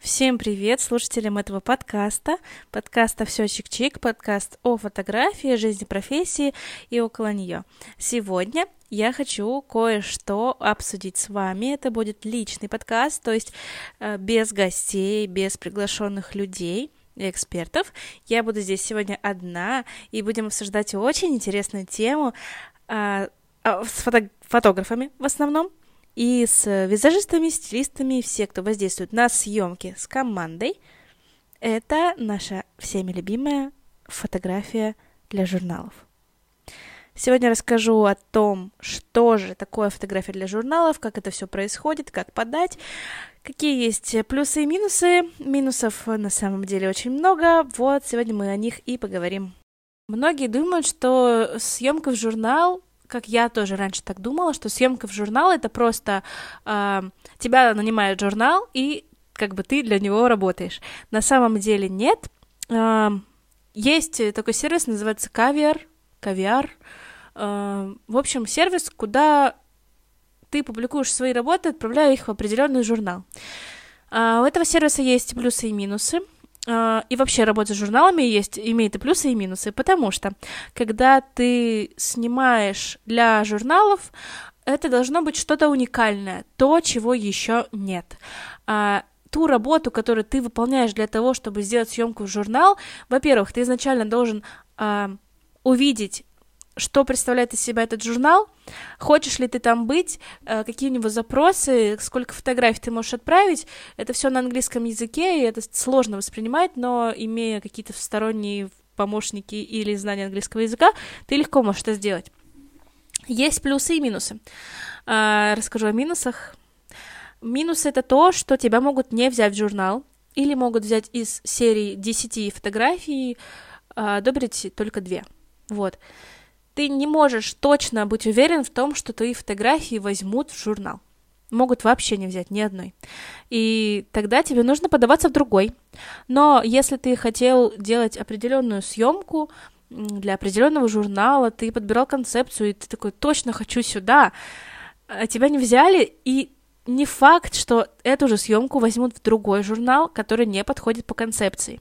Всем привет слушателям этого подкаста «Все чик-чик», подкаст о фотографии, жизни, профессии и около нее. Сегодня я хочу кое-что обсудить с вами. Это будет личный подкаст, то есть без гостей, без приглашенных людей и экспертов. Я буду здесь сегодня одна, и будем обсуждать очень интересную тему с фотографами в основном. И с визажистами, стилистами, все, кто воздействует на съемки с командой. Это наша всеми любимая фотография для журналов. Сегодня расскажу о том, что же такое фотография для журналов, как это все происходит, как подать, какие есть плюсы и минусы. Минусов на самом деле очень много. Вот сегодня мы о них и поговорим. Многие думают, что съемка в журнал, как я тоже раньше так думала, что съемка в журнал — это просто тебя нанимает журнал, и как бы ты для него работаешь. На самом деле нет. Есть такой сервис, называется Caviar. В общем, сервис, куда ты публикуешь свои работы, отправляя их в определенный журнал. У этого сервиса есть плюсы и минусы. И вообще работа с журналами имеет и плюсы, и минусы, потому что, когда ты снимаешь для журналов, это должно быть что-то уникальное, то, чего еще нет. Ту работу, которую ты выполняешь для того, чтобы сделать съемку в журнал, во-первых, ты изначально должен увидеть, что представляет из себя этот журнал, хочешь ли ты там быть, какие у него запросы, сколько фотографий ты можешь отправить. Это все на английском языке, и это сложно воспринимать, но имея какие-то сторонние помощники или знания английского языка, ты легко можешь это сделать. Есть плюсы и минусы. Расскажу о минусах. Минусы — это то, что тебя могут не взять в журнал, или могут взять из серии 10 фотографий, одобрить только 2. Вот. Ты не можешь точно быть уверен в том, что твои фотографии возьмут в журнал. Могут вообще не взять ни одной. И тогда тебе нужно подаваться в другой. Но если ты хотел делать определенную съемку для определенного журнала, ты подбирал концепцию, и ты такой: точно хочу сюда, а тебя не взяли, и не факт, что эту же съемку возьмут в другой журнал, который не подходит по концепции.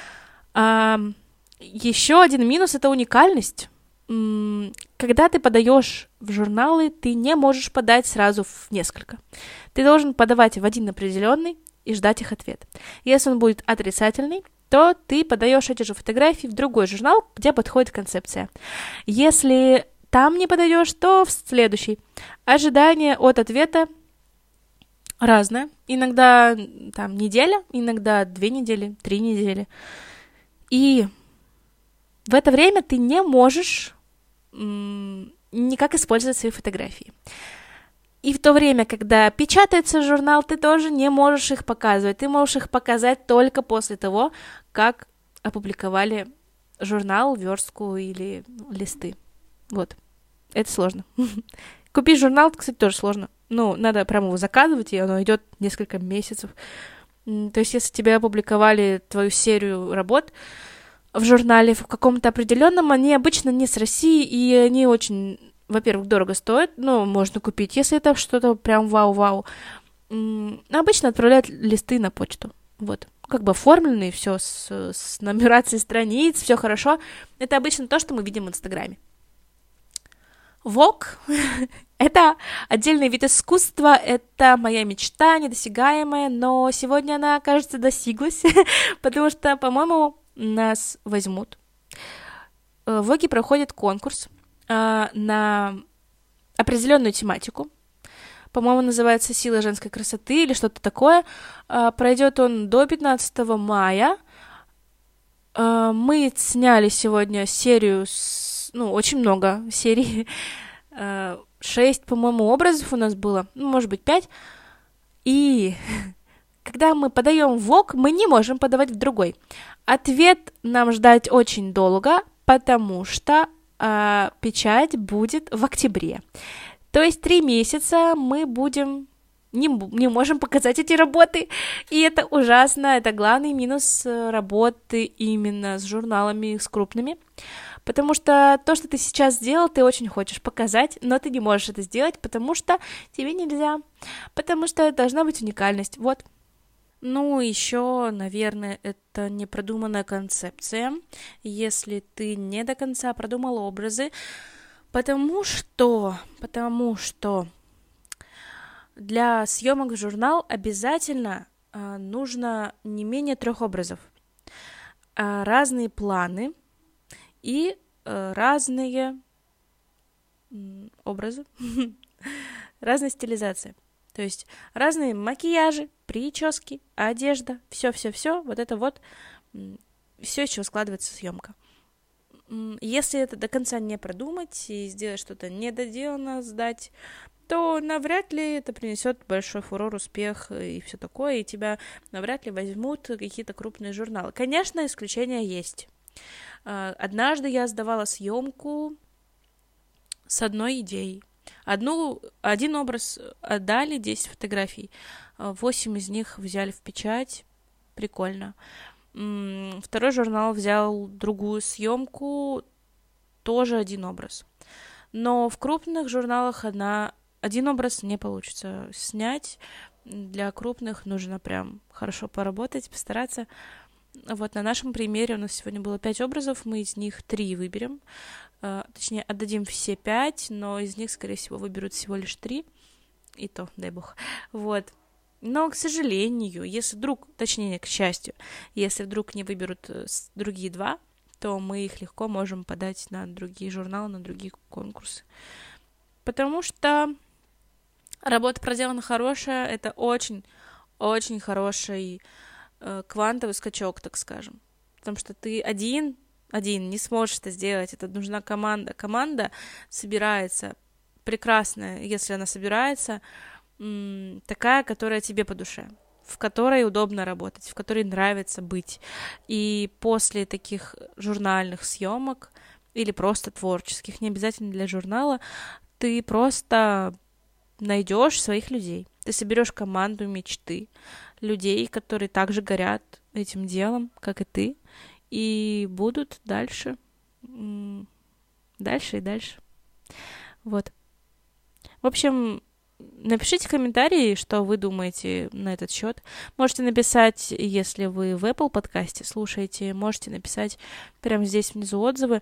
Еще один минус — это уникальность. Когда ты подаешь в журналы, ты не можешь подать сразу в несколько. Ты должен подавать в один определенный и ждать их ответ. Если он будет отрицательный, то ты подаешь эти же фотографии в другой журнал, где подходит концепция. Если там не подаешь, то в следующий. Ожидание от ответа разное. Иногда там неделя, иногда 2 недели, 3 недели. И в это время ты не можешь никак использовать свои фотографии. И в то время, когда печатается журнал, ты тоже не можешь их показывать. Ты можешь их показать только после того, как опубликовали журнал, верстку или листы. Вот. Это сложно. Купить журнал, кстати, тоже сложно. Надо прямо его заказывать, и оно идет несколько месяцев. То есть, если тебе опубликовали твою серию работ в журнале в каком-то определенном, они обычно не с России, и они очень, во-первых, дорого стоят, можно купить, если это что-то прям вау-вау. Обычно отправляют листы на почту, вот, как бы оформленные, все с нумерацией страниц, все хорошо. Это обычно то, что мы видим в Инстаграме. Vogue — это отдельный вид искусства, это моя мечта недосягаемая, но сегодня она, кажется, достиглась, потому что, по-моему, нас возьмут. В Vogue проходит конкурс на определенную тематику. По-моему, называется «Сила женской красоты» или что-то такое. Пройдет он до 15 мая. Мы сняли сегодня серию, очень много серий. 6, по-моему, образов у нас было, может быть, 5. И когда мы подаем в Vogue, мы не можем подавать в другой. Ответ нам ждать очень долго, потому что печать будет в октябре. То есть 3 месяца мы не можем показать эти работы. И это ужасно. Это главный минус работы именно с журналами, с крупными. Потому что то, что ты сейчас сделал, ты очень хочешь показать, но ты не можешь это сделать, потому что тебе нельзя. Потому что должна быть уникальность. Вот. Ну, еще, наверное, это непродуманная концепция, если ты не до конца продумал образы, потому что для съемок в журнал обязательно нужно не менее 3 образов, разные планы и разные образы, разные стилизации. То есть разные макияжи, прически, одежда, все, вот это вот все, из чего складывается съемка. Если это до конца не продумать и сделать что-то недоделанно, сдать, то навряд ли это принесет большой фурор, успех и все такое, и тебя навряд ли возьмут какие-то крупные журналы. Конечно, исключения есть. Однажды я сдавала съемку с одной идеей. Один образ отдали, 10 фотографий, 8 из них взяли в печать, прикольно. Второй журнал взял другую съемку, тоже один образ. Но в крупных журналах один образ не получится снять. Для крупных нужно прям хорошо поработать, постараться. Вот на нашем примере у нас сегодня было 5 образов, мы из них 3 выберем. Точнее, отдадим все 5, но из них, скорее всего, выберут всего лишь 3. И то, дай бог. Вот. Но, к сожалению, если вдруг, точнее, к счастью, если вдруг не выберут другие 2, то мы их легко можем подать на другие журналы, на другие конкурсы. Потому что работа проделана хорошая, это очень хороший квантовый скачок, так скажем. Потому что ты один не сможешь это сделать, это нужна команда. Команда собирается прекрасная, если она собирается, такая, которая тебе по душе, в которой удобно работать, в которой нравится быть. И после таких журнальных съемок или просто творческих, не обязательно для журнала, ты просто найдешь своих людей. Ты соберешь команду мечты, людей, которые также горят этим делом, как и ты, и будут дальше и дальше. Вот. В общем, напишите комментарии, что вы думаете на этот счет. Можете написать, если вы в Apple подкасте слушаете, можете написать прямо здесь внизу отзывы.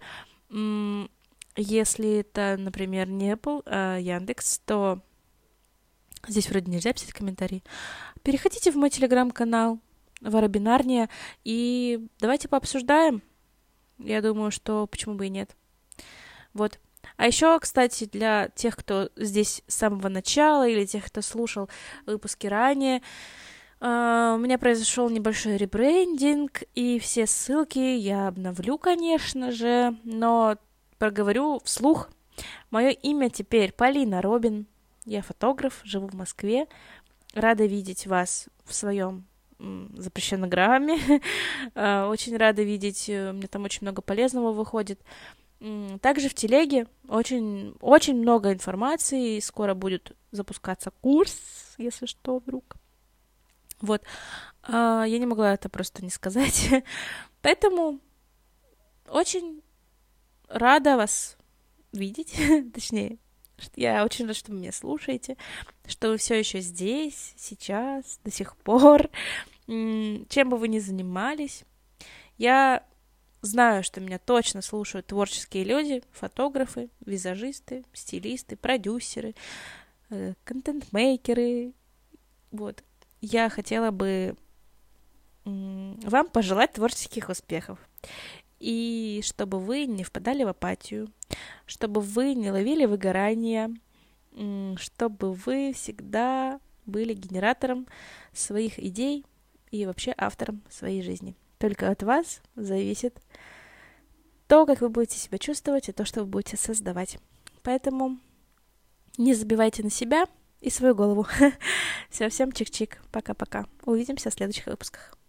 Если это, например, не Apple, а Яндекс, то здесь вроде нельзя писать комментарии. Переходите в мой телеграм-канал Воробинарния и давайте пообсуждаем. Я думаю, что почему бы и нет. Вот. А еще, кстати, для тех, кто здесь с самого начала или тех, кто слушал выпуски ранее, у меня произошел небольшой ребрендинг, и все ссылки я обновлю, конечно же, но проговорю вслух. Мое имя теперь Полина Робин. Я фотограф, живу в Москве. Рада видеть вас в своем запрещенограмме. Очень рада видеть, у меня там очень много полезного выходит. Также в телеге очень много информации. Скоро будет запускаться курс, если что, вдруг. Вот. Я не могла это просто не сказать. Поэтому очень рада вас видеть. Точнее, я очень рада, что вы меня слушаете, что вы все еще здесь, сейчас, до сих пор. Чем бы вы ни занимались. Я знаю, что меня точно слушают творческие люди, фотографы, визажисты, стилисты, продюсеры, контент-мейкеры. Вот. Я хотела бы вам пожелать творческих успехов. И чтобы вы не впадали в апатию, чтобы вы не ловили выгорание, чтобы вы всегда были генератором своих идей и вообще автором своей жизни. Только от вас зависит то, как вы будете себя чувствовать, и то, что вы будете создавать. Поэтому не забивайте на себя и свою голову. Всем чик-чик. Пока-пока. Увидимся в следующих выпусках.